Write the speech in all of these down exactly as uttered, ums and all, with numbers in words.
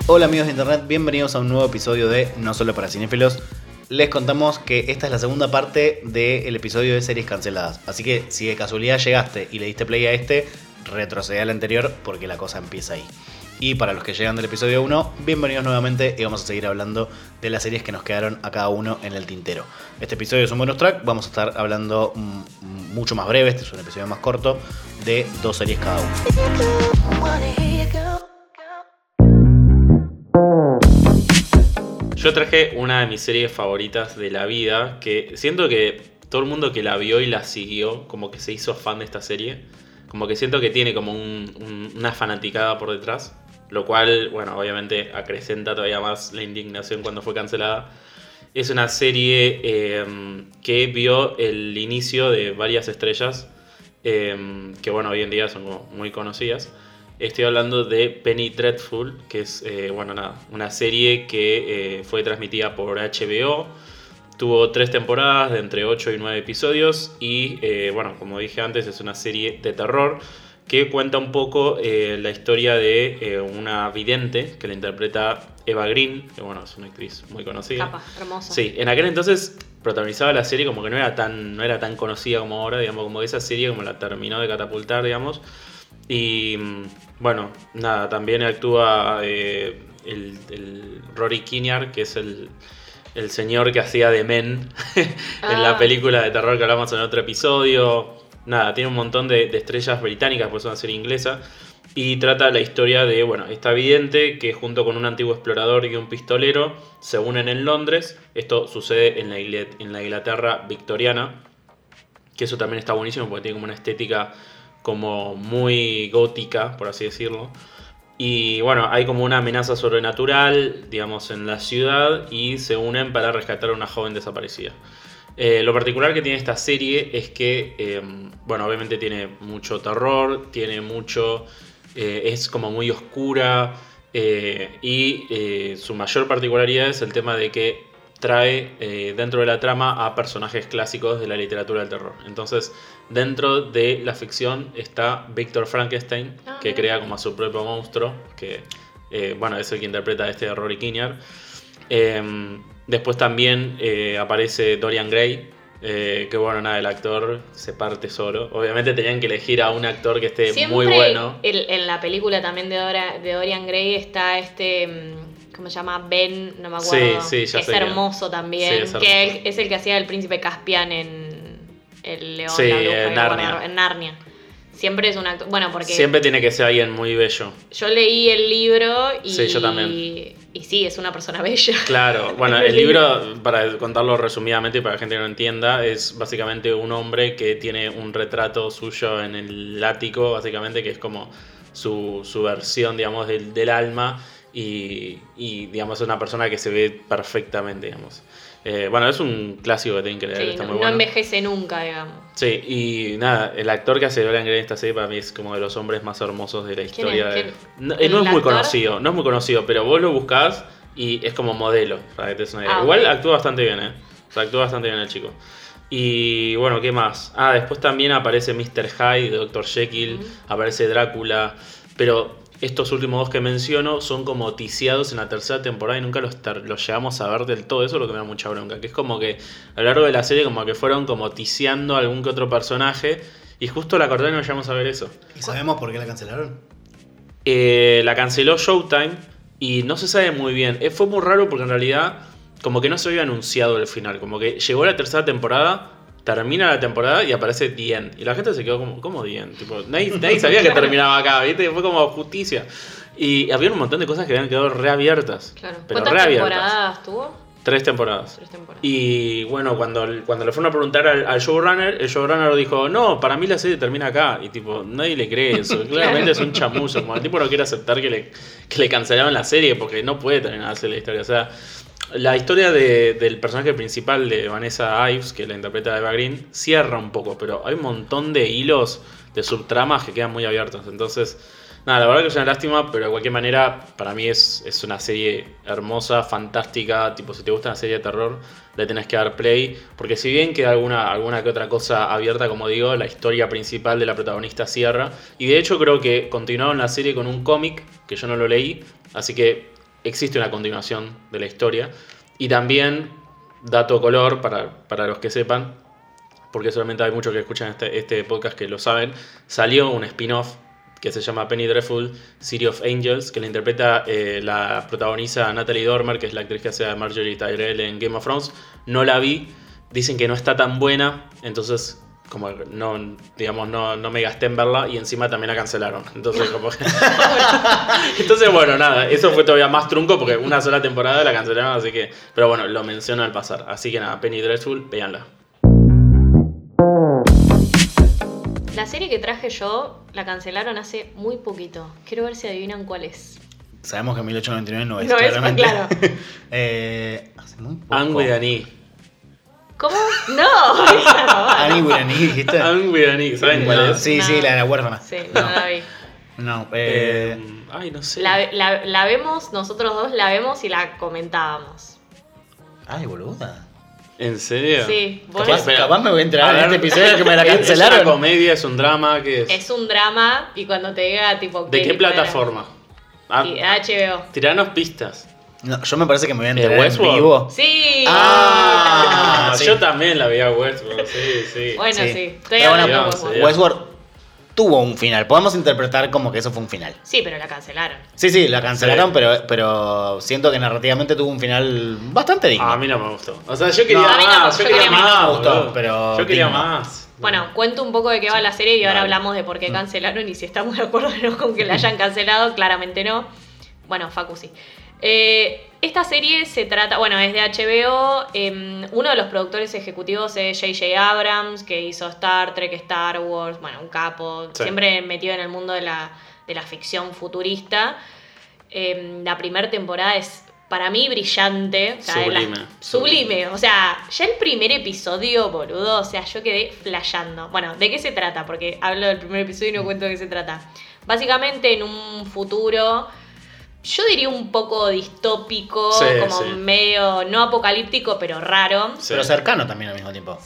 Hola amigos de internet, bienvenidos a un nuevo episodio de No Solo para Cinéfilos. Les contamos que esta es la segunda parte del episodio de series canceladas. Así que si de casualidad llegaste y le diste play a este, retrocede al anterior porque la cosa empieza ahí. Y para los que llegan del episodio uno, bienvenidos nuevamente y vamos a seguir hablando de las series que nos quedaron a cada uno en el tintero. Este episodio es un bonus track, vamos a estar hablando m- mucho más breve, este es un episodio más corto, de dos series cada uno. Yo traje una de mis series favoritas de la vida, que siento que todo el mundo que la vio y la siguió, como que se hizo fan de esta serie. Como que siento que tiene como un, un, una fanaticada por detrás, lo cual, bueno, obviamente acrecenta todavía más la indignación cuando fue cancelada. Es una serie eh, que vio el inicio de varias estrellas, eh, que bueno, hoy en día son como muy conocidas. Estoy hablando de Penny Dreadful, que es eh, bueno, nada, una serie que eh, fue transmitida por H B O. Tuvo tres temporadas de entre ocho y nueve episodios y, eh, bueno, como dije antes, es una serie de terror que cuenta un poco eh, la historia de eh, una vidente que la interpreta Eva Green, que bueno, es una actriz muy conocida. Capa, hermosa. Sí, en aquel entonces protagonizaba la serie como que no era tan, no era tan conocida como ahora, digamos, como que esa serie como la terminó de catapultar, digamos. Y bueno, nada, también actúa eh, el, el Rory Kinnear, que es el, el señor que hacía de Men en Ah. la película de terror que hablamos en otro episodio. Nada, tiene un montón de, de estrellas británicas, pues es una serie inglesa. Y trata la historia de, bueno, esta vidente que junto con un antiguo explorador y un pistolero se unen en Londres. Esto sucede en la, en la Inglaterra victoriana, que eso también está buenísimo porque tiene como una estética como muy gótica, por así decirlo. Y bueno, hay como una amenaza sobrenatural, digamos, en la ciudad y se unen para rescatar a una joven desaparecida. Eh, lo particular que tiene esta serie es que, eh, bueno, obviamente tiene mucho terror, tiene mucho... Eh, es como muy oscura eh, y eh, su mayor particularidad es el tema de que trae eh, dentro de la trama a personajes clásicos de la literatura del terror. Entonces, dentro de la ficción está Víctor Frankenstein, Ah, que mira. crea como a su propio monstruo, que eh, bueno, es el que interpreta a este Rory Kinnear. Eh, después también eh, aparece Dorian Gray, eh, que bueno, nada, el actor se parte solo. Obviamente tenían que elegir a un actor que esté Siempre muy bueno. el- en la película también de, Dora- de Dorian Gray está este, mm, ¿cómo se llama? Ben, no me acuerdo. Sí, sí, ya que sé es quién. hermoso también. Sí, es hermoso. Que él- es el que hacía el príncipe Caspian en El León, Sí, la Bruja, en y Narnia. Guarda- en Narnia. Siempre es un actor. Bueno, porque Siempre tiene que ser alguien muy bello. yo leí el libro y. Sí, yo también. Y sí, es una persona bella. Claro, bueno, el libro, para contarlo resumidamente y para la gente que no entienda, es básicamente un hombre que tiene un retrato suyo en el ático, básicamente, que es como su, su versión, digamos, del, del alma y, y, digamos, es una persona que se ve perfectamente, digamos. Eh, bueno, es un clásico que tienen que leer, Sí, está no, muy no bueno. envejece nunca, digamos. Sí, y nada, el actor que hace Dorian Gray en esta serie para mí es como de los hombres más hermosos de la historia. es? de- ¿Quién? No, eh, ¿El no es muy actor? conocido, no es muy conocido, pero vos lo buscás y es como modelo, para que te des una idea. Ah, Igual ok. actúa bastante bien, ¿eh? O sea, actúa bastante bien el chico. Y bueno, ¿qué más? Ah, después también aparece mister Hyde, doctor Jekyll, Ujú. aparece Drácula, pero estos últimos dos que menciono son como ticiados en la tercera temporada y nunca los, ter- los llegamos a ver del todo. Eso es lo que me da mucha bronca, que es como que a lo largo de la serie como que fueron como ticiando a algún que otro personaje y justo la cortaron y no llegamos a ver eso. ¿Y sabemos por qué la cancelaron? Eh, la canceló Showtime y no se sabe muy bien. Eh, fue muy raro porque en realidad como que no se había anunciado el final. Como que llegó la tercera temporada, termina la temporada y aparece The End. Y la gente se quedó como, ¿cómo The End? Tipo, nadie, nadie sabía que terminaba acá, ¿viste? Fue como justicia. Y había un montón de cosas que habían quedado reabiertas. Claro. Pero ¿Cuántas reabiertas. temporadas tuvo? Tres temporadas. Tres temporadas. Y bueno, cuando, cuando le fueron a preguntar al, al showrunner, el showrunner dijo, no, para mí la serie termina acá. Y tipo, nadie le cree eso. Claramente es un chamuyo. Como el tipo no quiere aceptar que le, que le cancelaron la serie porque no puede terminar así la historia. O sea, la historia de- del personaje principal de Vanessa Ives, que la interpreta Eva Green, cierra un poco, pero hay un montón de hilos, de subtramas que quedan muy abiertos. Entonces, nada, la verdad que es una lástima, pero de cualquier manera, para mí es, es una serie hermosa, fantástica. Tipo, si te gusta una serie de terror, le tenés que dar play. Porque si bien queda alguna, alguna que otra cosa abierta, como digo, la historia principal de la protagonista cierra. Y de hecho creo que continuaron la serie con un cómic, que yo no lo leí, así que existe una continuación de la historia. Y también, dato color para, para los que sepan, porque solamente hay muchos que escuchan este, este podcast que lo saben, salió un spin-off que se llama Penny Dreadful City of Angels, que la interpreta, eh, la protagoniza Natalie Dormer, que es la actriz que hace a Marjorie Tyrell en Game of Thrones. No la vi, dicen que no está tan buena, entonces como no, digamos, no, no me gasté en verla y encima también la cancelaron. Entonces, como que... entonces, bueno, nada, eso fue todavía más trunco porque una sola temporada la cancelaron, así que... Pero bueno, lo menciono al pasar. Así que nada, Penny Dreadful, véanla. La serie que traje yo la cancelaron hace muy poquito. Quiero ver si adivinan cuál es. Sabemos que mil ochocientos noventa y nueve no es, No es, claramente. claro. eh, hace muy poco. Anne with an E. ¿Cómo? No, esa no va. Annie with an E, dijiste. Anne with an E, ¿saben cuál No, es? sí, No. sí, la de la huérfana. Sí, no, no la vi. No, Eh, eh... ay, no sé. La, la, la vemos, nosotros dos la vemos y la comentábamos. Ay, boluda. ¿En serio? Sí, vos Capaz, espera. capaz me voy a enterar A en ver, este episodio que me la ¿Es una cancelaron. comedia, es un drama? ¿Qué es? es un drama y cuando te diga tipo... ¿De qué película- plataforma? Ah, Y H B O. tiranos pistas. No, yo me parece que me voy a ¿De enterar en Westworld? vivo. Sí. Ah, sí. Yo también la vi a Westworld, sí, sí. Bueno, sí. Sí. Estoy Pero bueno, hablando digamos, como- sí. Westworld tuvo un final. Podemos interpretar como que eso fue un final. Sí, pero la cancelaron. Sí, sí, la cancelaron, Sí. pero, pero siento que narrativamente tuvo un final bastante digno. Ah, a mí no me gustó. O sea, yo quería No, a mí más, no, yo yo quería quería más. más. Me gustó, boludo. pero Yo quería digno. más. Bueno, cuento un poco de qué va la serie y ahora Dale. hablamos de por qué Mm. cancelaron y si estamos de acuerdo o no con que la hayan cancelado. Claramente no. Bueno, Facu sí. Eh, esta serie se trata, bueno, es de H B O. eh, uno de los productores ejecutivos es J J Abrams, que hizo Star Trek, Star Wars, bueno, un capo, Sí. siempre metido en el mundo de la, de la ficción futurista. Eh, la primera temporada es, para mí, brillante. O sea, de las- Sublime. sublime. O sea, ya el primer episodio, boludo, o sea, yo quedé flasheando. Bueno, ¿de qué se trata? Porque hablo del primer episodio y no cuento de qué se trata. Básicamente, en un futuro... Yo diría un poco distópico, Sí, como sí. medio, no apocalíptico, pero raro. Sí. Pero cercano también al mismo tiempo.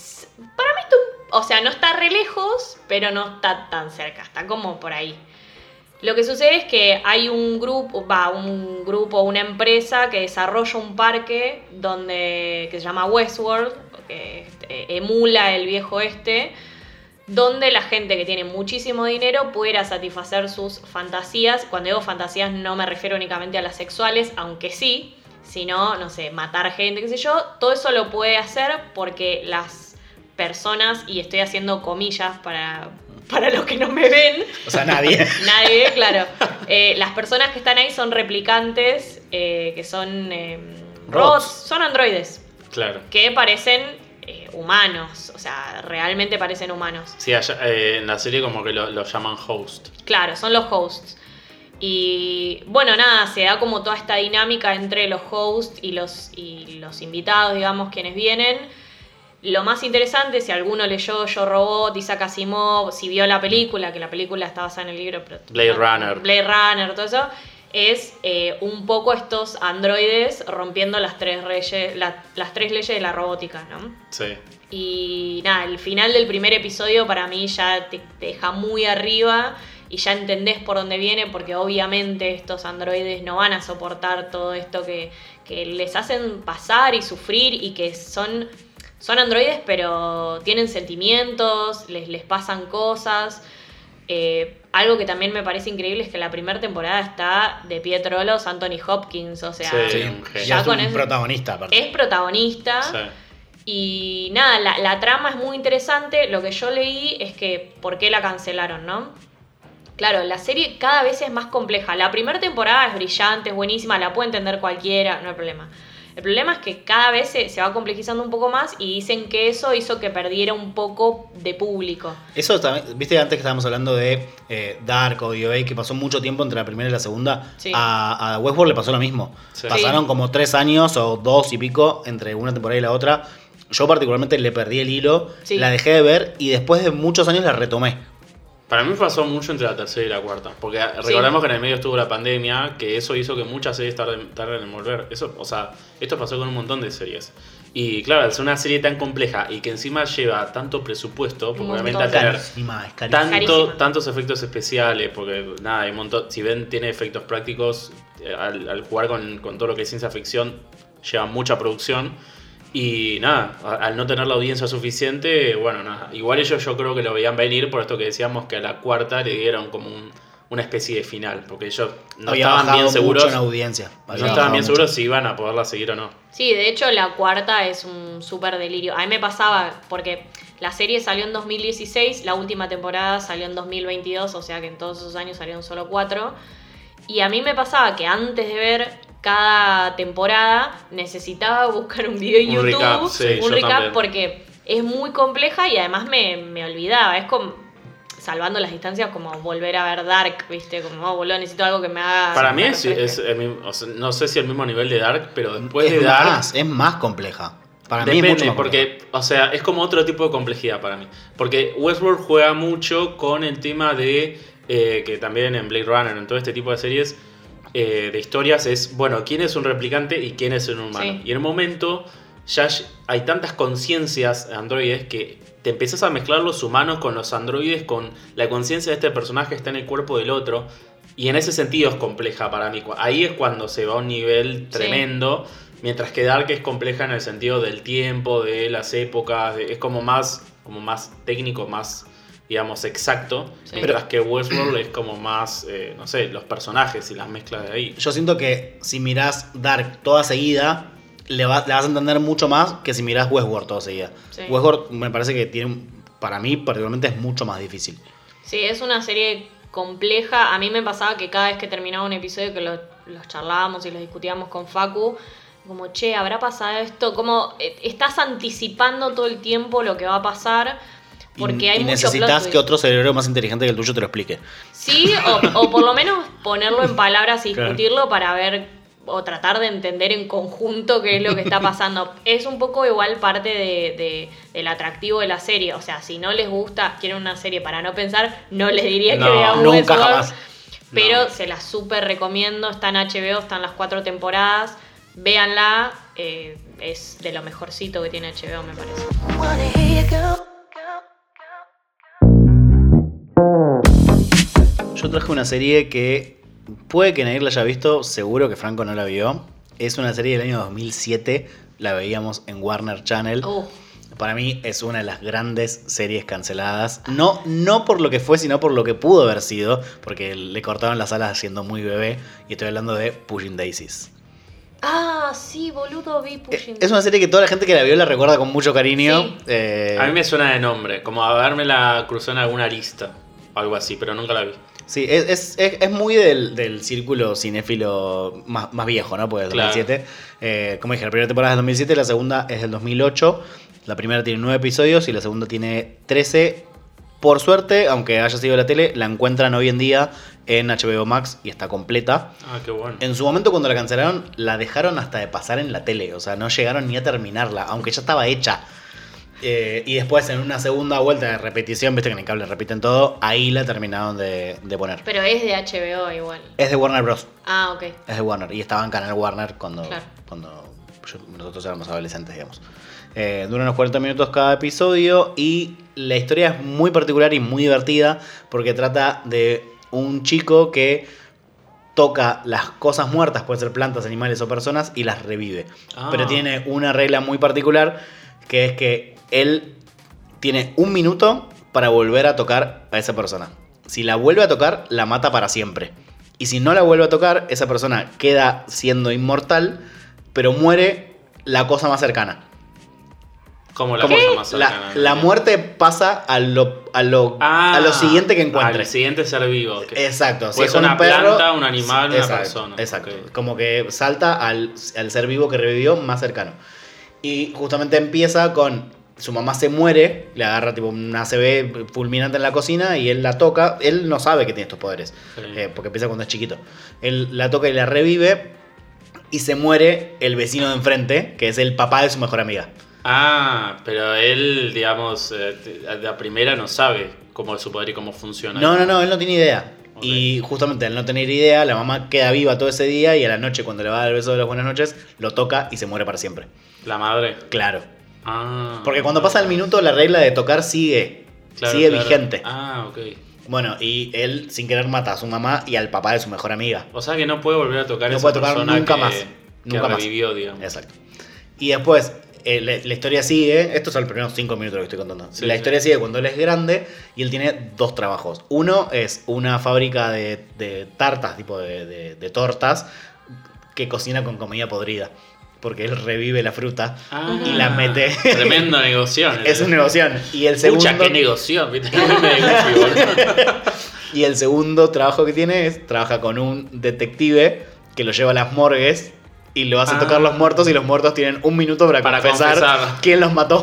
O sea, no está re lejos, pero no está tan cerca, está como por ahí. Lo que sucede es que hay un grupo, va, un grupo, una empresa que desarrolla un parque donde, que se llama Westworld, que eh, emula el viejo este, donde la gente que tiene muchísimo dinero pudiera satisfacer sus fantasías. Cuando digo fantasías no me refiero únicamente a las sexuales, aunque sí, sino, no sé, matar gente, qué sé yo. Todo eso lo puede hacer porque las personas, y estoy haciendo comillas para, para los que no me ven, O sea, nadie. nadie, claro, eh, las personas que están ahí son replicantes, eh, que son eh, robots, son androides, Claro. que parecen eh, humanos, o sea, realmente parecen humanos. Sí, allá, eh, en la serie como que lo, lo llaman host. Claro, son los hosts. Y bueno, nada, se da como toda esta dinámica entre los hosts y los, y los invitados, digamos, quienes vienen. Lo más interesante, si alguno leyó Yo Robot, Isaac Asimov, si vio la película, que la película está basada en el libro, pero Blade Runner. Blade Runner, todo eso, es eh, un poco estos androides rompiendo las tres, reyes, la- las tres leyes de la robótica, ¿no? Sí. Y nada, el final del primer episodio para mí ya te, te deja muy arriba y ya entendés por dónde viene, porque obviamente estos androides no van a soportar todo esto que, que les hacen pasar y sufrir, y que son, son androides pero tienen sentimientos, les, les pasan cosas. Eh, algo que también me parece increíble es que la primera temporada está de pie trolos Anthony Hopkins, o sea, Sí, Sí, un genio. ya es con un eso- protagonista, aparte. es protagonista. Sí. Y nada, la, la trama es muy interesante. Lo que yo leí es que ¿por qué la cancelaron, no? Claro, la serie cada vez es más compleja. La primera temporada es brillante, es buenísima, la puede entender cualquiera, no hay problema. El problema es que cada vez se, se va complejizando un poco más y dicen que eso hizo que perdiera un poco de público. Eso también, viste antes que estábamos hablando de eh, Dark o O A, que pasó mucho tiempo entre la primera y la segunda. Sí. A, a Westworld le pasó lo mismo. Sí. Pasaron como tres años o dos y pico entre una temporada y la otra. Yo particularmente le perdí el hilo, Sí. la dejé de ver y después de muchos años la retomé. Para mí pasó mucho entre la tercera y la cuarta. Porque recordemos que en el medio estuvo la pandemia, que eso hizo que muchas series tarden, tarden en volver. Eso, o sea, esto pasó con un montón de series. Y claro, es una serie tan compleja y que encima lleva tanto presupuesto, porque Un obviamente montón. al tener Carísima, es carísima. tanto, Carísima. tantos efectos especiales, porque nada, hay un montón, si ven tiene efectos prácticos, eh, al, al jugar con, con todo lo que es ciencia ficción, lleva mucha producción. Y nada, a- al no tener la audiencia suficiente, bueno, nada, igual ellos yo creo que lo veían venir por esto que decíamos que a la cuarta le dieron como un- una especie de final, porque ellos no Había estaban bajado bien seguros, mucho en audiencia. no Había estaban bajado bien mucho. seguros si iban a poderla seguir o no. Sí, de hecho la cuarta es un súper delirio. A mí me pasaba, porque la serie salió en dos mil dieciséis, la última temporada salió en dos mil veintidós, o sea que en todos esos años salieron solo cuatro. Y a mí me pasaba que antes de ver cada temporada necesitaba buscar un video en Un YouTube, recap, sí, un yo recap, también. porque es muy compleja y además me, me olvidaba. Es como, salvando las distancias, como volver a ver Dark, ¿viste? Como, oh, boludo, necesito algo que me haga... Para mí me es, refresque. es el mismo- o sea, no sé si el mismo nivel de Dark, pero después es de Dark... más, es más compleja. Para mí es Depende, mucho más porque, o sea, es como otro tipo de complejidad para mí. Porque Westworld juega mucho con el tema de, eh, que también en Blade Runner, en todo este tipo de series, eh, de historias, es, bueno, quién es un replicante y quién es un humano. Sí. Y en un momento ya hay tantas conciencias androides que te empiezas a mezclar los humanos con los androides, con la conciencia de este personaje que está en el cuerpo del otro. Y en ese sentido es compleja para mí. Ahí es cuando se va a un nivel Sí. tremendo. Mientras que Dark es compleja en el sentido del tiempo, de las épocas, de- es como más, como más técnico, más, digamos, exacto. Sí. Mientras que Westworld es como más, eh, no sé, los personajes y las mezclas de ahí. Yo siento que si mirás Dark toda seguida, le, va- le vas a entender mucho más que si mirás Westworld toda seguida. Sí. Westworld me parece que tiene, un- para mí particularmente es mucho más difícil. Sí, es una serie compleja. A mí me pasaba que cada vez que terminaba un episodio que lo- los charlábamos y los discutíamos con Facu, como, che, ¿habrá pasado esto? Como eh, estás anticipando todo el tiempo lo que va a pasar, porque y, hay y mucho necesitas plot que twist. otro cerebro más inteligente que el tuyo te lo explique. Sí, o, o por lo menos ponerlo en palabras y Claro. discutirlo para ver o tratar de entender en conjunto qué es lo que está pasando. Es un poco igual parte de, de- del atractivo de la serie. O sea, si no les gusta, quieren una serie para no pensar, no les diría que No, vean nunca Westworld. jamás. Pero No. se la súper recomiendo. Está en H B O, están las cuatro temporadas. Véanla. eh, es de lo mejorcito que tiene H B O, me parece. Wanna hear you go. Yo traje una serie que puede que nadie la haya visto, seguro que Franco no la vio. Es una serie del año dos mil siete, la veíamos en Warner Channel. Uh, Para mí es una de las grandes series canceladas. No, no por lo que fue, sino por lo que pudo haber sido, porque le cortaron las alas siendo muy bebé. Y estoy hablando de Pushing Daisies. Ah, sí, boludo, vi Eh, Pushing. Es una serie que toda la gente que la vio la recuerda con mucho cariño. Sí. Eh, A mí me suena de nombre, como haberme la cruzado en alguna lista, algo así, pero nunca la vi. Sí, es, es, es- es muy del, del círculo cinéfilo más, más viejo, ¿no? Pues del Claro. dos mil siete. Eh, como dije, la primera temporada es del dos mil siete, la segunda es del dos mil ocho. La primera tiene nueve episodios y la segunda tiene trece. Por suerte, aunque haya sido la tele, la encuentran hoy en día en H B O Max y está completa. Ah, qué bueno. En su momento, cuando la cancelaron, la dejaron hasta de pasar en la tele. O sea, no llegaron ni a terminarla, aunque ya estaba hecha. Eh, y después, en una segunda vuelta de repetición, viste que en el cable repiten todo, ahí la terminaron de, de poner. Pero es de H B O igual. Es de Warner Bros. Ah, ok. Es de Warner. Y estaba en Canal Warner cuando, Claro. cuando yo- nosotros éramos adolescentes, digamos. Eh, dura unos cuarenta minutos cada episodio y la historia es muy particular y muy divertida porque trata de un chico que toca las cosas muertas, pueden ser plantas, animales o personas, y las revive. Ah. Pero tiene una regla muy particular que es que él tiene un minuto para volver a tocar a esa persona. Si la vuelve a tocar, la mata para siempre. Y si no la vuelve a tocar, esa persona queda siendo inmortal, pero muere la cosa más cercana. Como la Como cosa más la, cercana. la muerte pasa a lo, a lo, Ah, a lo siguiente que encuentre. Al siguiente ser vivo. que- Exacto. Puede es ser un una perro, planta, un animal, una exacto, persona. Exacto. Ok. Como que salta al, al ser vivo que revivió más cercano. Y justamente empieza con su mamá se muere, le agarra tipo una A C V fulminante en la cocina y él la toca. Él no sabe que tiene estos poderes, Sí. eh, porque empieza cuando es chiquito. Él la toca y la revive y se muere el vecino de enfrente, que es el papá de su mejor amiga. Ah, pero él, digamos, eh, de la primera no sabe cómo es su poder y cómo funciona. No, no, no, él no tiene idea. Ok. Y justamente al no tener idea, la mamá queda viva todo ese día y a la noche, cuando le va a dar el beso de las buenas noches, lo toca y se muere para siempre. La madre. Claro. Ah. Porque cuando pasa el minuto, la regla de tocar sigue. Claro, sigue claro. vigente. Ah, ok. Bueno, y él sin querer mata a su mamá y al papá de su mejor amiga. O sea que no puede volver a tocar No esa puede tocar persona nunca que, más. que Nunca más. revivió, digamos. Exacto. Y después, eh, la, la historia sigue. Estos son los primeros cinco minutos que estoy contando. Sí, la sí. historia sigue cuando él es grande y él tiene dos trabajos. Uno es una fábrica de, de tartas, tipo de, de, de tortas, que cocina con comida podrida. Porque él revive la fruta Ah, y la mete. Tremendo negocio. Es un negocio. Y el segundo. Pucha, qué negocio. ¿Viste? Me de Goofy, boludo. Y el segundo trabajo que tiene es trabaja con un detective que lo lleva a las morgues y lo hace Ah. tocar los muertos y los muertos tienen un minuto para, Para confesar, confesar. quién los mató.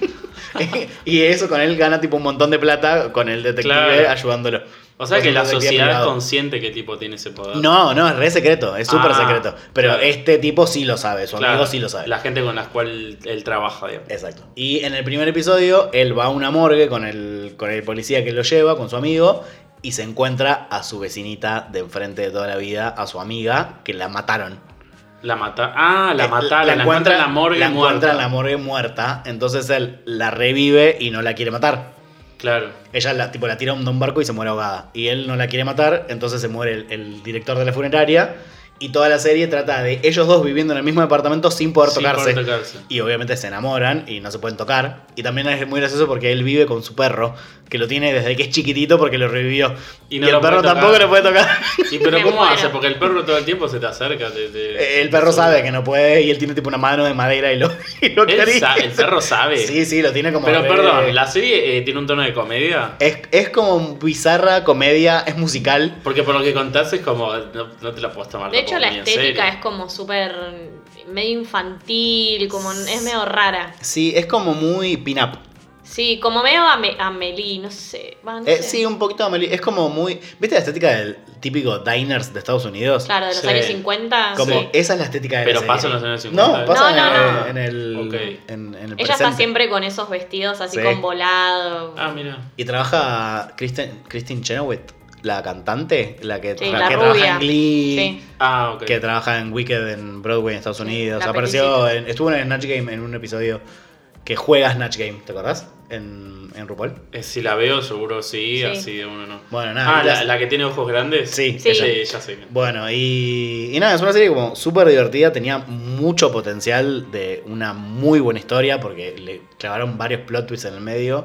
Y eso con él gana tipo un montón de plata con el detective Claro. ayudándolo. O sea Es que un la detective sociedad es privado. consciente que tipo tiene ese poder. No, no, es re secreto, es súper Ah, secreto. Pero claro. este tipo sí lo sabe, su Claro, amigo sí lo sabe. La gente con la cual él trabaja, digamos. Exacto. Y en el primer episodio, él va a una morgue con el, con el policía que lo lleva, con su amigo, y se encuentra a su vecinita de enfrente de toda la vida, a su amiga, que la mataron. La mata. Ah, la Eh, mataron. La, encuentra en la morgue la muerta. encuentra en la morgue muerta, entonces él la revive y no la quiere matar. Claro. Ella la, tipo, la tira de un barco y se muere ahogada. Y él no la quiere matar, entonces se muere el, el director de la funeraria. Y toda la serie trata de ellos dos viviendo en el mismo departamento sin poder Sin tocarse. poder tocarse. Y obviamente se enamoran y no se pueden tocar. Y también es muy gracioso porque él vive con su perro, que lo tiene desde que es chiquitito porque lo revivió. Y Y, no el lo perro puede tampoco tocar. lo puede tocar. ¿Y pero Me cómo muero. hace? Porque el perro todo el tiempo se te acerca. Te, te- El perro sabe que no puede y él tiene tipo una mano de madera y lo, y lo Él acaricia. sa- el perro sabe. Sí, sí, lo tiene como... Pero re- perdón, ¿la serie eh, tiene un tono de comedia? Es, es como bizarra, comedia, es musical. Porque por lo que contaste es como. No, no te la puedes tomar. De hecho, tampoco la muy en estética serio. es como súper medio infantil, como es medio rara. Sí, es como muy pin-up. Sí, como medio ame- Amelie, no sé. Va, no Eh, sé. sí, un poquito Amelie. Es como muy... ¿Viste la estética del típico diners de Estados Unidos? Claro, de los Sí. años cincuenta. Como sí. esa es la estética de Pero la pasa serie. en los años cincuenta. No, pasa No, no, en, no. en el, Ok. en, en el Ella presente. está siempre con esos vestidos así Sí. con volado. Ah, mira. Y trabaja Kristen, Kristen Chenoweth, la cantante, la que, Sí, tra- la que rubia. trabaja en Glee, Sí. Ah, ok. que trabaja en Wicked en Broadway en Estados Sí, Unidos. la Apareció, pelicita. en- estuvo en Snatch Game en un episodio que juega Snatch Game, ¿te acordás? En, en RuPaul. Eh, si la veo, seguro sí, Sí. así de uno no. Bueno, nada. Ah, la, las- la que tiene ojos grandes. Sí, Sí. ella. ya sé. Bueno, y, y nada, es una serie como súper divertida, tenía mucho potencial de una muy buena historia porque le clavaron varios plot twists en el medio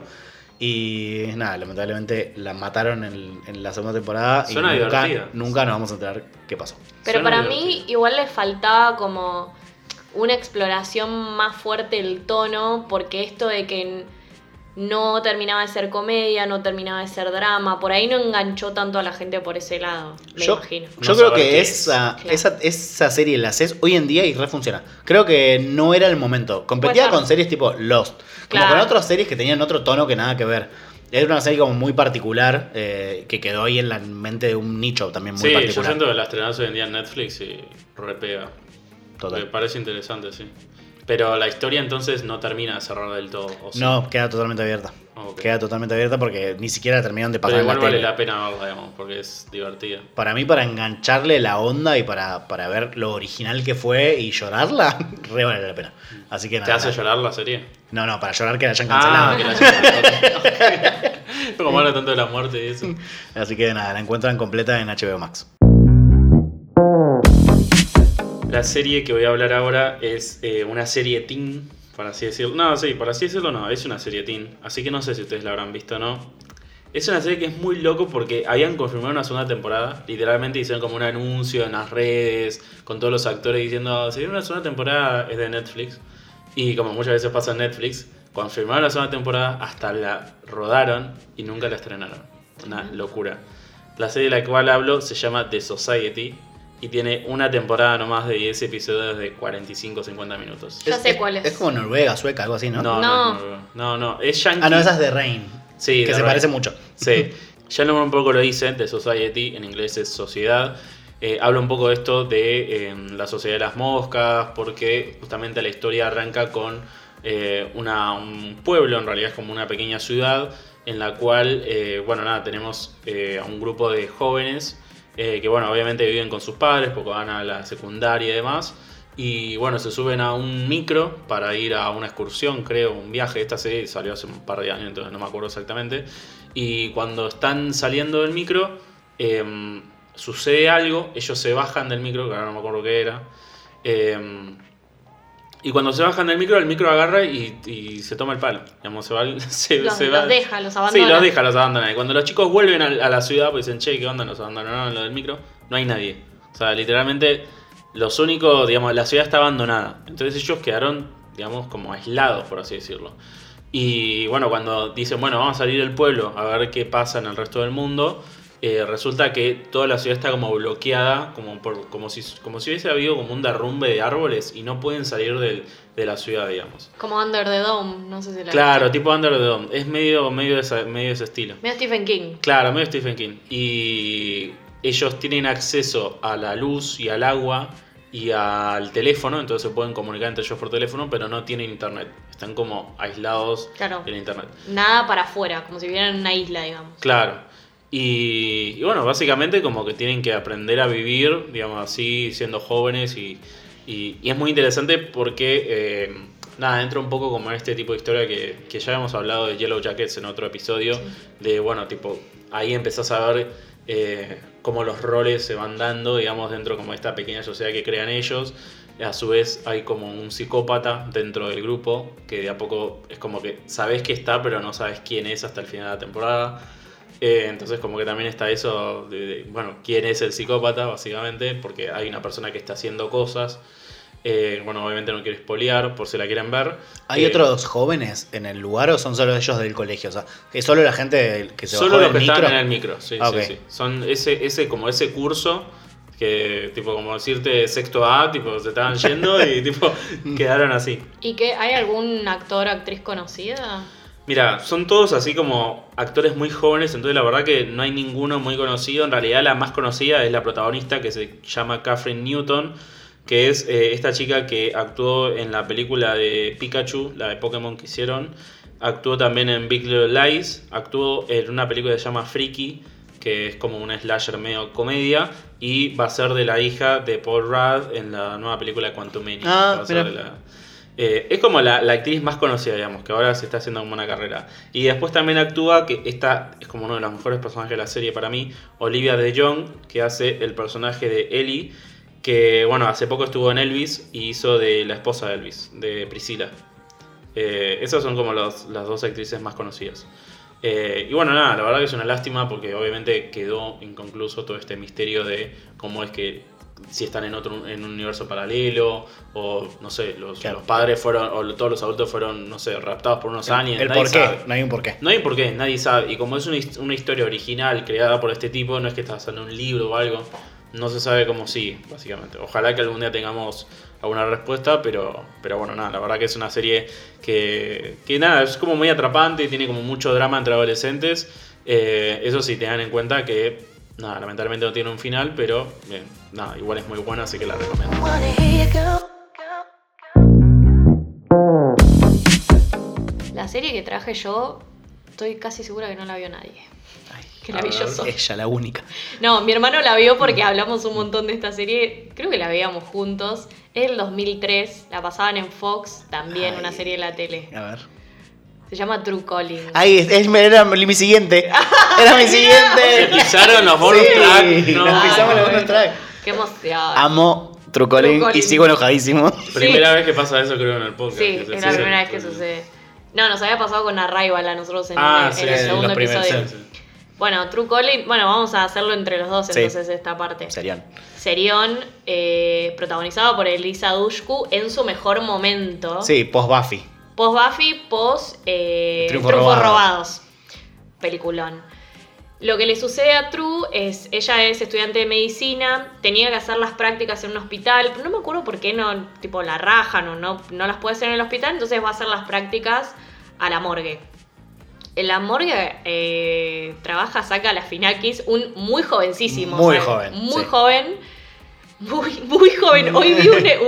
y nada, lamentablemente la mataron en, en la segunda temporada Suena y nunca, divertida. nunca nos vamos a enterar qué pasó. Pero Suena para divertido. mí igual le faltaba como una exploración más fuerte del tono, porque esto de que n- no terminaba de ser comedia, no terminaba de ser drama, por ahí no enganchó tanto a la gente por ese lado, me Yo, imagino. yo No creo saber que qué esa, es. Claro. esa, esa serie la haces hoy en día y refunciona. Creo que no era el momento. Competía Puede ser. con series tipo Lost. Como Claro. con otras series que tenían otro tono que nada que ver. Era una serie como muy particular eh, que quedó ahí en la mente de un nicho también muy Sí, yo particular. siento que la estrenas hoy en día en Netflix y repega. Total. Me parece interesante, sí. Pero la historia entonces no termina de cerrar del todo. ¿o sí? No, queda totalmente abierta. Ok. Queda totalmente abierta porque ni siquiera terminaron de Pero pasar en igual la vale tele. la pena verla, digamos, porque es divertida. Para mí, para engancharle la onda y para, para ver lo original que fue y llorarla, re vale la pena. Así que ¿Te nada. hace nada. llorar la serie? No, no, para llorar que la hayan cancelado. Ah, que la hayan cancelado. Como habla tanto de la muerte y eso. Así que nada, la encuentran completa en H B O Max. La serie que voy a hablar ahora es eh, una serie teen, por así decirlo. No, sí, por así decirlo no, es una serie teen. Así que no sé si ustedes la habrán visto o no. Es una serie que es muy loco porque habían confirmado una segunda temporada. Literalmente hicieron como un anuncio en las redes con todos los actores diciendo, si viene una segunda temporada es de Netflix. Y como muchas veces pasa en Netflix, confirmaron la segunda temporada, hasta la rodaron y nunca la estrenaron. Una locura. La serie de la cual hablo se llama The Society y tiene una temporada nomás de diez episodios de cuarenta y cinco a cincuenta minutos. Ya sé cuál es. Es como Noruega, Sueca, algo así, ¿no? No, No. no, no, no, no, es yankee. Ah, no, esa es de Rain. Sí, que de se Rain. parece mucho. Sí, ya el nombre un poco lo dice, The Society, en inglés es sociedad. Eh, habla un poco de esto de eh, la sociedad de las moscas, porque justamente la historia arranca con eh, una, un pueblo, en realidad es como una pequeña ciudad, en la cual, eh, bueno, nada, tenemos eh, a un grupo de jóvenes eh, que, bueno, obviamente viven con sus padres porque van a la secundaria y demás. Y bueno, se suben a un micro para ir a una excursión, creo, un viaje. Esta serie salió hace un par de años, entonces no me acuerdo exactamente. Y cuando están saliendo del micro, eh, sucede algo, ellos se bajan del micro, que ahora no me acuerdo qué era. Eh, y cuando se bajan del micro, el micro agarra y, y se toma el palo. Digamos, se va, se, Los, se los va. deja, los abandona. Sí, los deja, los abandona. Y cuando los chicos vuelven a, a la ciudad, pues dicen, che, ¿qué onda? Nos abandonaron lo del micro. No hay nadie. O sea, literalmente, los únicos, digamos, la ciudad está abandonada. Entonces ellos quedaron, digamos, como aislados, por así decirlo. Y bueno, cuando dicen, bueno, vamos a salir del pueblo a ver qué pasa en el resto del mundo, eh, resulta que toda la ciudad está como bloqueada, como, por, como, si, como si hubiese habido como un derrumbe de árboles y no pueden salir del, de la ciudad, digamos. Como Under the Dome, no sé si la Claro, tipo Under the Dome. Es medio, medio, de, esa, medio de ese estilo. Medio Stephen King. Claro, medio Stephen King. Y ellos tienen acceso a la luz y al agua y al teléfono, entonces se pueden comunicar entre ellos por teléfono, pero no tienen internet. Están como aislados Claro. del internet. Nada para afuera, como si vivieran en una isla, digamos. Claro. Y, y bueno, básicamente como que tienen que aprender a vivir, digamos así, siendo jóvenes. Y, y, y es muy interesante porque, eh, nada, entra un poco como en este tipo de historia que, que ya hemos hablado de Yellow Jackets en otro episodio. Sí. De, bueno, tipo, ahí empezás a ver eh, cómo los roles se van dando, digamos, dentro como de esta pequeña sociedad que crean ellos. A su vez hay como un psicópata dentro del grupo que de a poco es como que sabes que está, pero no sabes quién es hasta el final de la temporada. Eh, entonces como que también está eso de, de, bueno, quién es el psicópata básicamente, porque hay una persona que está haciendo cosas. Eh, bueno, obviamente no quiero spoilear por si la quieren ver. ¿Hay eh, otros jóvenes en el lugar o son solo ellos del colegio? O sea, ¿es solo la gente que se solo bajó los del que micro? están en el micro, sí, Ah, sí, okay. sí. Son ese, ese, como ese curso que, tipo, como decirte sexto A, tipo, se estaban yendo y, tipo, quedaron así. ¿Y qué? ¿Hay algún actor o actriz conocida? Mira, son todos así como actores muy jóvenes, entonces la verdad que no hay ninguno muy conocido. En realidad la más conocida es la protagonista, que se llama Katherine Newton, que es eh, esta chica que actuó en la película de Pikachu, la de Pokémon que hicieron. Actuó también en Big Little Lies, actuó en una película que se llama Freaky, que es como un slasher medio comedia, y va a ser de la hija de Paul Rudd en la nueva película de Quantumania. Ah, va a ser de la... Eh, es como la, la actriz más conocida, digamos, que ahora se está haciendo como una carrera. Y después también actúa, que esta es como uno de los mejores personajes de la serie para mí, Olivia de Jong, que hace el personaje de Ellie, que bueno, hace poco estuvo en Elvis y hizo de la esposa de Elvis, de Priscilla. Eh, esas son como los, las dos actrices más conocidas. Eh, y bueno, nada, la verdad que es una lástima porque obviamente quedó inconcluso todo este misterio de cómo es que si están en otro en un universo paralelo o no sé, los, claro. los padres fueron o todos los adultos fueron, no sé, raptados por unos aliens. El por qué, no hay un por qué. No hay un por qué, nadie sabe. Y como es una, una historia original creada por este tipo, no es que está basada en un libro o algo, no se sabe cómo sigue, básicamente. Ojalá que algún día tengamos alguna respuesta, pero, pero bueno, nada, la verdad que es una serie que, que nada, es como muy atrapante, tiene como mucho drama entre adolescentes. Eh, eso sí, tengan en cuenta que nada, lamentablemente no tiene un final, pero bien, nada, igual es muy buena, así que la recomiendo. La serie que traje yo, estoy casi segura que no la vio nadie. Ay, que la vi yo sola. Ella, la única. No, mi hermano la vio porque hablamos un montón de esta serie. Creo que la veíamos juntos. Es del dos mil tres, la pasaban en Fox, también. Ay, una serie de la tele. A ver. Se llama True Calling. Ay, es, es, era mi siguiente. Era mi siguiente. Se pisaron los bonus sí, track. No. Nos pisamos los bonus track. Qué emoción. Amo True Calling, True Calling y sigo enojadísimo. Primera sí. vez que pasa eso, creo, en el podcast. Sí, es la sí, primera vez que sucede. No, nos había pasado con Arrival a nosotros en, ah, en sí, el segundo episodio. Sí, sí. Bueno, True Calling, bueno, vamos a hacerlo entre los dos entonces, sí. esta parte. Serión. Serión, eh, protagonizado por Elisa Dushku en su mejor momento. Sí, post Buffy. Post Buffy, post eh, Triunfos Triunfos robados. robados. Peliculón. Lo que le sucede a True es, ella es estudiante de medicina, tenía que hacer las prácticas en un hospital, pero no me acuerdo por qué no, tipo, la rajan o no, no las puede hacer en el hospital, entonces va a hacer las prácticas a la morgue. En la morgue eh, trabaja Saka Lafinakis, un muy jovencísimo. Muy o sea, joven. Muy sí. joven. Muy, muy joven. Hoy vi un, un,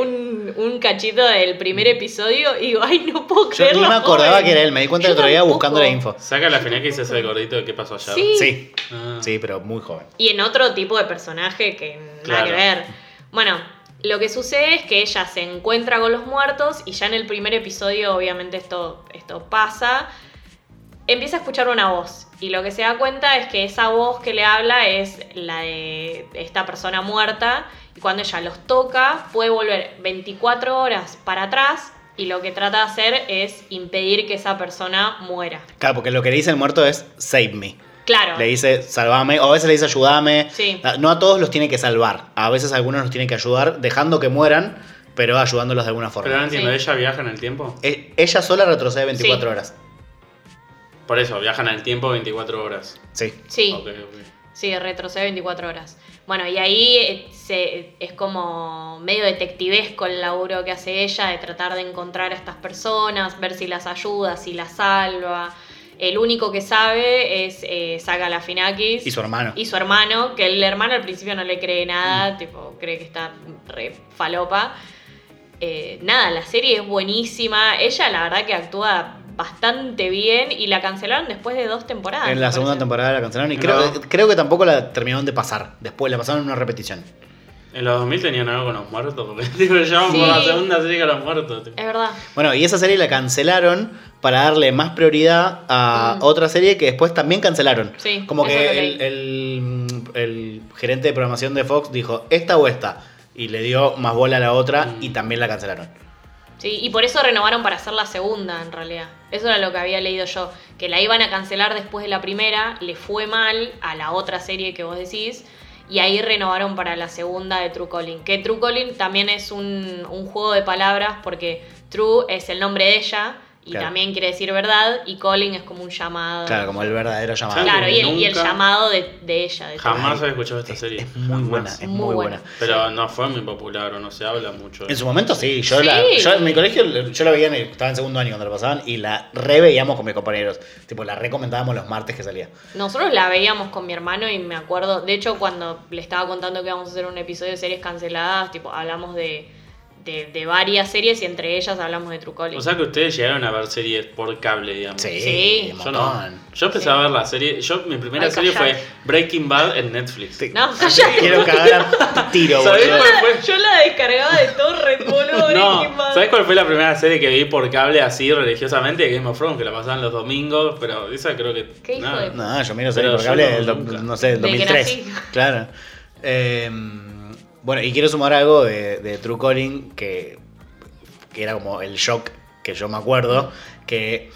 un, un cachito del primer episodio y digo, ay, no puedo Yo creerlo. no me acordaba joven. que era él, me di cuenta Yo el otro día tampoco. buscando la info. Saca la final que hice ese gordito de qué pasó ayer. Sí. Sí, Ah. sí, pero muy joven. Y en otro tipo de personaje que nada Claro. que ver. Bueno, lo que sucede es que ella se encuentra con los muertos y ya en el primer episodio, obviamente esto, esto pasa. Empieza a escuchar una voz y lo que se da cuenta es que esa voz que le habla es la de esta persona muerta y cuando ella los toca puede volver veinticuatro horas para atrás y lo que trata de hacer es impedir que esa persona muera. Claro, porque lo que le dice el muerto es save me. Claro. Le dice salvame, o a veces le dice ayúdame. Sí. No a todos los tiene que salvar. A veces a algunos los tiene que ayudar dejando que mueran, pero ayudándolos de alguna forma. Pero no entiendo, Sí. ¿ella viaja en el tiempo? E- Ella sola retrocede veinticuatro Sí. horas. Por eso, viajan en el tiempo veinticuatro horas. Sí. Sí. Ok, ok. Sí, retrocede veinticuatro horas. Bueno, y ahí eh, se, es como medio detectivesco el laburo que hace ella de tratar de encontrar a estas personas, ver si las ayuda, si las salva. El único que sabe es eh, Saga Galifianakis Y su hermano. y su hermano, que el hermano al principio no le cree nada, tipo, cree que está re falopa. Eh, nada, la serie es buenísima. Ella la verdad que actúa bastante bien y la cancelaron después de dos temporadas. En la me segunda parece. temporada la cancelaron y No. creo, creo que tampoco la terminaron de pasar. Después la pasaron en una repetición. En los dos mil tenían algo con los muertos, porque tipo, llaman Sí. por la segunda serie con los muertos. tipo. Es verdad. Bueno, y esa serie la cancelaron para darle más prioridad a Mm. otra serie que después también cancelaron. Sí, Como eso que lo el, el- el gerente de programación de Fox dijo, esta o esta. Y le dio más bola a la otra Mm. y también la cancelaron. Sí, y por eso renovaron para hacer la segunda, en realidad. Eso era lo que había leído yo. Que la iban a cancelar después de la primera, le fue mal a la otra serie que vos decís, y ahí renovaron para la segunda de True Calling. Que True Calling también es un, un juego de palabras porque True es el nombre de ella, y Claro. también quiere decir verdad, y Calling es como un llamado. Claro, como el verdadero llamado. Claro. Claro, y el, y el Nunca- llamado de, de ella. De Jamás True. había escuchado esta Es, serie. es muy Jamás. buena, es muy, Muy buena. buena. Pero no fue muy popular o no se habla mucho. de En eso. su momento sí, yo, Sí. La, yo en mi colegio yo la veía, en el- estaba en segundo año cuando la pasaban y la re veíamos con mis compañeros. Tipo, la recomendábamos los martes que salía. Nosotros la veíamos con mi hermano y me acuerdo, de hecho cuando le estaba contando que íbamos a hacer un episodio de series canceladas, tipo hablamos de, de, de varias series y entre ellas hablamos de True Calling. O sea que ustedes llegaron a ver series por cable, digamos. Sí, Sí. un Yo no. montón. Yo empecé Sí. a ver la serie. Yo, mi primera Ay, serie callate. fue Breaking Bad en Netflix. Sí. No, cállate. Quiero cagar a tiro, ¿Sabés boludo. cuál fue? Yo la descargaba de Torrent, boludo. No, Breaking Bad. ¿sabes cuál fue la primera serie que vi por cable así religiosamente? Game of Thrones, que la pasaban los domingos, pero esa creo que. ¿Qué hijo nada. de- No, yo miro Pero series por yo cable no, del do- nunca. no sé, del dos Desde mil que tres. nací. Claro. Eh, bueno, y quiero sumar algo de, de True Calling que, que era como el shock que yo me acuerdo, que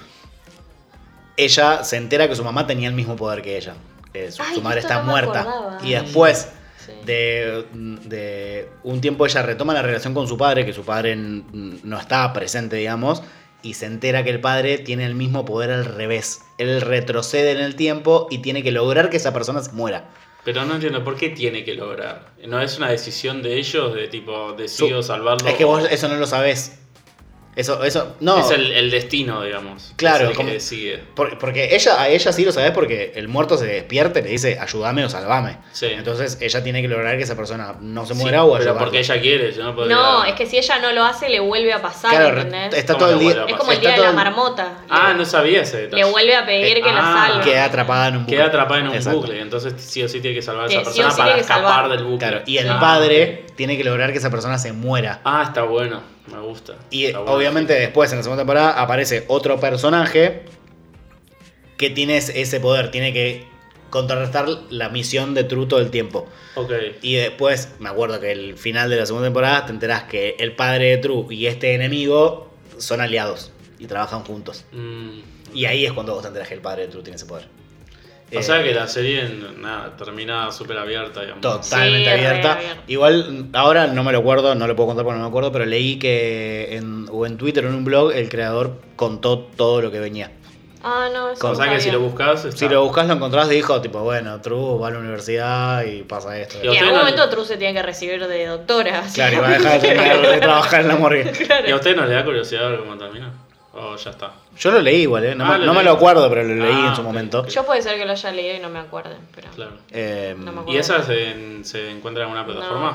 ella se entera que su mamá tenía el mismo poder que ella. Eh, su, Ay, su madre esto está no me muerta. acordaba. Y después Sí. de, de un tiempo ella retoma la relación con su padre, que su padre n- no estaba presente, digamos, y se entera que el padre tiene el mismo poder al revés. Él retrocede en el tiempo y tiene que lograr que esa persona se muera. Pero no entiendo por qué tiene que lograr. ¿No es una decisión de ellos de tipo, decido salvarlo? Es que vos eso no lo sabés. Eso, eso, no. Es el, el destino, digamos. Claro, es el como- que decide. Por- porque ella, a ella sí lo sabés porque el muerto se despierta y le dice ayúdame o salvame. Sí. Entonces ella tiene que lograr que esa persona no se Sí, muera o pero ayudarla. porque ella quiere, yo no podría... No, es que si ella no lo hace, le vuelve a pasar, Claro, re- ¿entendés? está ¿Cómo todo el le día. vuelve a Es como el está día de todo la el- marmota. Ah, Le- no sabía ese detalle. Le vuelve a pedir Eh, que la ah, salve. Queda atrapada en un bucle. Queda atrapada en un Exacto. bucle, entonces sí o sí tiene que salvar a Sí, esa sí o persona sí para tiene que escapar salvar. del bucle. Claro, y el Ah, padre ok. tiene que lograr que esa persona se muera. Ah, está bueno, me gusta. Y Está bueno, obviamente sí. después en la segunda temporada aparece otro personaje que tiene ese ese poder, tiene que contrarrestar la misión de True todo el tiempo. Ok. Y después, me acuerdo que el final de la segunda temporada te enterás que el padre de True y este enemigo son aliados y trabajan juntos. Mm. Y ahí es cuando vos te enterás que el padre de True tiene ese poder. O Eh, sea que la serie nada, termina súper abierta, digamos. Totalmente Sí, re abierta. abierta. Igual, ahora no me lo acuerdo, no lo puedo contar porque no me acuerdo, pero leí que en, o en Twitter o en un blog el creador contó todo lo que venía. Ah, no, eso O no sea que sabía. si lo buscas, está. Si lo buscas lo encontrás y dijo, tipo, bueno, True va a la universidad y pasa esto. Y Y en ustedes algún no- momento True se tiene que recibir de doctora. así. Claro, y va a dejar de, tener- de trabajar en la morgue. ¿Y a usted no le da curiosidad ver cómo termina? ¿O ya está? Yo lo leí igual, ¿eh? No, Ah, me- lo no me leí. lo acuerdo, pero lo leí Ah, en su ok, momento. ok. Yo puede ser que lo haya leído y no me acuerde, pero... Claro. Eh, No me acuerdo. ¿Y esa se, se encuentra en alguna plataforma?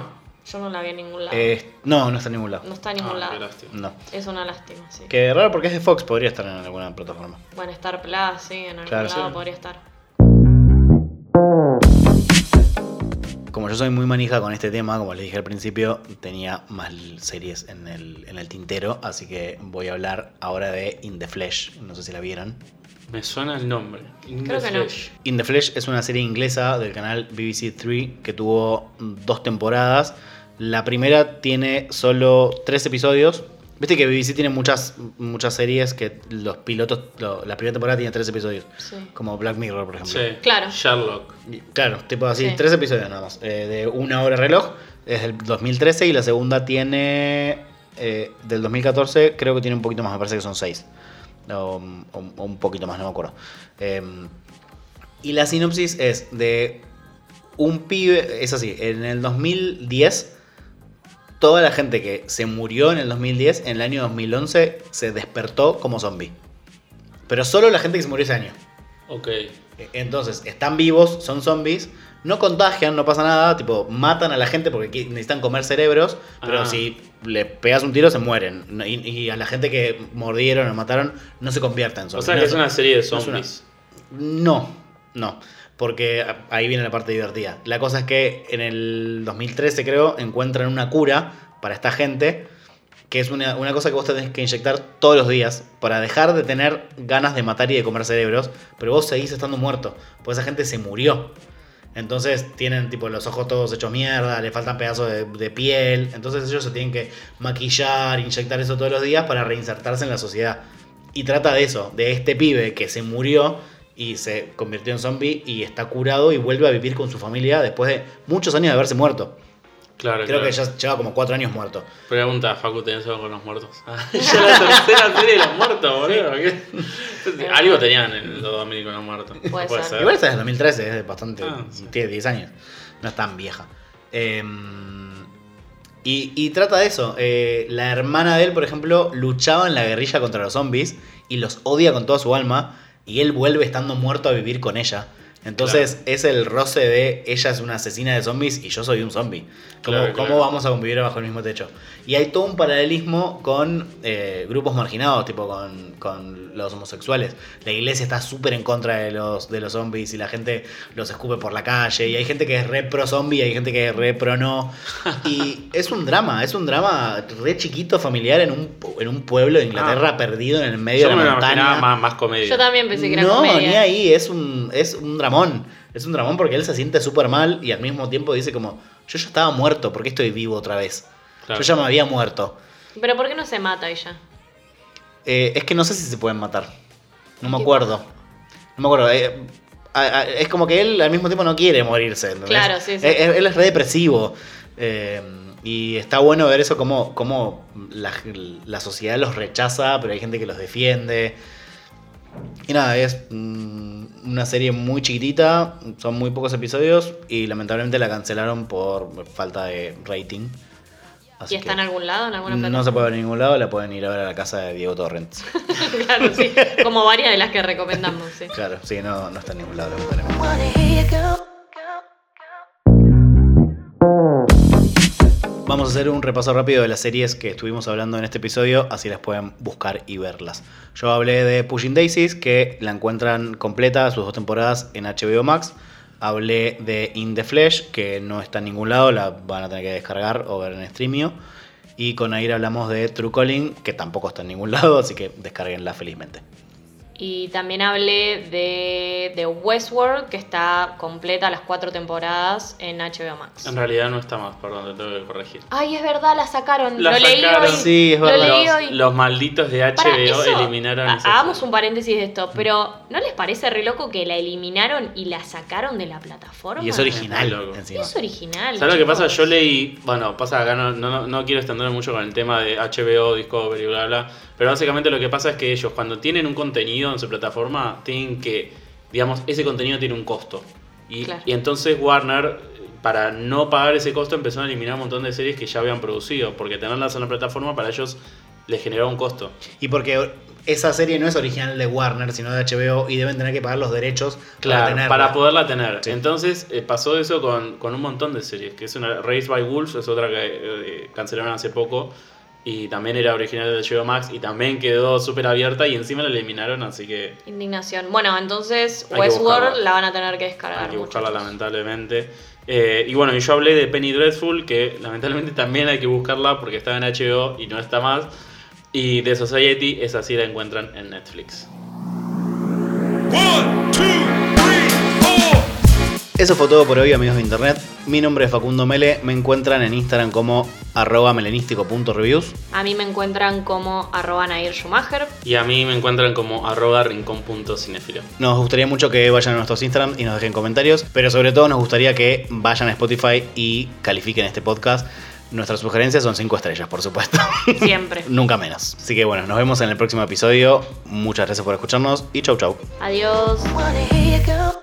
Yo no la vi en ningún lado. Eh, no, no está en ningún lado. No está en ningún Ah, qué lado. lástima. No. Es una lástima, sí. Que raro porque es de Fox, podría estar en alguna plataforma. Bueno, Star Plus, sí, en algún Claro, lado sí. podría estar. Como yo soy muy manija con este tema, como les dije al principio, tenía más series en el, en el tintero, así que voy a hablar ahora de In the Flesh. No sé si la vieron. Me suena el nombre. In Creo the que no. Flesh. In the Flesh es una serie inglesa del canal B B C tres que tuvo dos temporadas. La primera tiene solo tres episodios. Viste que B B C tiene muchas, muchas series que los pilotos, lo- la primera temporada tiene tres episodios. Sí. Como Black Mirror, por ejemplo. Sí, Claro. Sherlock. Y, Claro, tipo así, Sí. tres episodios nada más. eh, de una hora reloj. Es del dos mil trece y la segunda tiene eh, del dos mil catorce, creo que tiene un poquito más, me parece que son seis. O, o- o un poquito más, no me acuerdo. Eh, y la sinopsis es de un pibe, es así, en el dos mil diez, toda la gente que se murió en el dos mil diez, en el año dos mil once, se despertó como zombie. Pero solo la gente que se murió ese año. Ok. Entonces, están vivos, son zombies, no contagian, no pasa nada, tipo, matan a la gente porque qui- necesitan comer cerebros, pero Ah. si le pegas un tiro se mueren. No- Y, y a la gente que mordieron o mataron no se convierten en O zombies. sea No que es una serie de no es una- zombies. No, no, porque a- ahí viene la parte divertida. La cosa es que en el dos mil trece, creo, encuentran una cura para esta gente, que es una, una cosa que vos tenés que inyectar todos los días para dejar de tener ganas de matar y de comer cerebros, pero vos seguís estando muerto, porque esa gente se murió. Entonces tienen tipo los ojos todos hechos mierda, le faltan pedazos de, de piel, entonces ellos se tienen que maquillar, inyectar eso todos los días para reinsertarse en la sociedad. Y trata de eso, de este pibe que se murió y se convirtió en zombie y está curado y vuelve a vivir con su familia después de muchos años de haberse muerto. Claro, Creo claro. que ya lleva como cuatro años muerto. Pregunta, Facu, ¿tenés algo con los muertos? Ah, ya la tercera serie de los muertos, boludo. ¿Qué? Algo tenían en los dos mil con los muertos. Puede ser. Igual esta es del dos mil trece, es bastante. Ah, sí. Tiene diez años. No es tan vieja. Eh, y, y trata de eso. Eh, la hermana de él, por ejemplo, luchaba en la guerrilla contra los zombies y los odia con toda su alma. Y él vuelve estando muerto a vivir con ella. Entonces Claro. es el roce de ella es una asesina de zombies y yo soy un zombie. ¿Cómo, Claro, cómo claro. vamos a convivir bajo el mismo techo? Y hay todo un paralelismo con eh, grupos marginados, tipo con, con los homosexuales. La iglesia está súper en contra de los, de los zombies y la gente los escupe por la calle. Y hay gente que es re pro zombie y hay gente que es re pro no. Y es un drama, es un drama re chiquito, familiar, en un, en un pueblo de Inglaterra Ah. perdido en el medio Yo de me la lo imaginaba montaña. más, más comedia. Yo también pensé que era No, comedia. ni ahí, es un, es un dramón. Es un dramón porque él se siente súper mal y al mismo tiempo dice como, yo ya estaba muerto, ¿por qué estoy vivo otra vez? Claro. Yo ya me había muerto. Pero ¿por qué no se mata ella? Eh, es que no sé si se pueden matar. No me ¿Qué acuerdo. No me acuerdo. Eh, a- a- es como que él al mismo tiempo no quiere morirse. ¿entendés? Claro, sí, sí. Eh, Él, él es re depresivo. Eh, y está bueno ver eso, como, como la, la sociedad los rechaza, pero hay gente que los defiende. Y nada, es mm, una serie muy chiquitita, son muy pocos episodios y lamentablemente la cancelaron por falta de rating. Así ¿Y está que en algún lado? ¿En alguna no se plataforma? puede ver en ningún lado, la pueden ir a ver a la casa de Diego Torrents. Claro, sí. Como varias de las que recomendamos, sí. Claro, sí, no, no está en ningún lado, lamentablemente. Wanna hear you go. Vamos a hacer un repaso rápido de las series que estuvimos hablando en este episodio, así las pueden buscar y verlas. Yo hablé de Pushing Daisies, que la encuentran completa, sus dos temporadas en H B O Max. Hablé de In the Flesh, que no está en ningún lado, la van a tener que descargar o ver en Streamio. Y con Aira hablamos de True Calling, que tampoco está en ningún lado, así que descarguenla felizmente. Y también hablé de, de Westworld, que está completa las cuatro temporadas en H B O Max. En realidad no está más, perdón, te tengo que corregir. Ay, es verdad, la sacaron. La lo leí sacaron. hoy. Sí, es Lo verdad. leí Los, hoy. los malditos de H Para B O eso, eliminaron ha- esa hagamos serie. un paréntesis de esto, pero ¿no les parece re loco que la eliminaron y la sacaron de la plataforma? Y es original, Es loco. encima. Es original. ¿Sabes lo que pasa? chicos. Yo leí, bueno, pasa acá, no, no, no quiero extenderme mucho con el tema de H B O, Discovery, bla, bla, pero básicamente lo que pasa es que ellos cuando tienen un contenido en su plataforma, tienen que, digamos, ese contenido tiene un costo. Y, Claro. y entonces Warner, para no pagar ese costo, empezó a eliminar un montón de series que ya habían producido, porque tenerlas en la plataforma para ellos les generaba un costo. Y porque esa serie no es original de Warner, sino de H B O y deben tener que pagar los derechos claro, para tenerla. Para poderla tener. Sí. Entonces eh, pasó eso con, con un montón de series, que es una Raised by Wolves, es otra que eh, cancelaron hace poco y también era original de H B O Max y también quedó súper abierta y encima la eliminaron, así que Indignación. Bueno, entonces Hay que Westworld buscarla. la van a tener que descargar. hay que buscarla muchachos. lamentablemente. Eh, y bueno, y yo hablé de Penny Dreadful, que lamentablemente también hay que buscarla porque estaba en H B O y no está más. Y The Society, esa sí la encuentran en Netflix. One, two, three, four. Eso fue todo por hoy, amigos de internet. Mi nombre es Facundo Mele. Me encuentran en Instagram como arroba melenístico punto reviews. A mí me encuentran como arroba Nair Schumacher. Y a mí me encuentran como arroba rincón.cinefilo. Nos gustaría mucho que vayan a nuestros Instagram y nos dejen comentarios, pero sobre todo nos gustaría que vayan a Spotify y califiquen este podcast. Nuestras sugerencias son cinco estrellas, por supuesto. Siempre. Nunca menos. Así que bueno, nos vemos en el próximo episodio. Muchas gracias por escucharnos y chau chau. Adiós. Wanna hear you go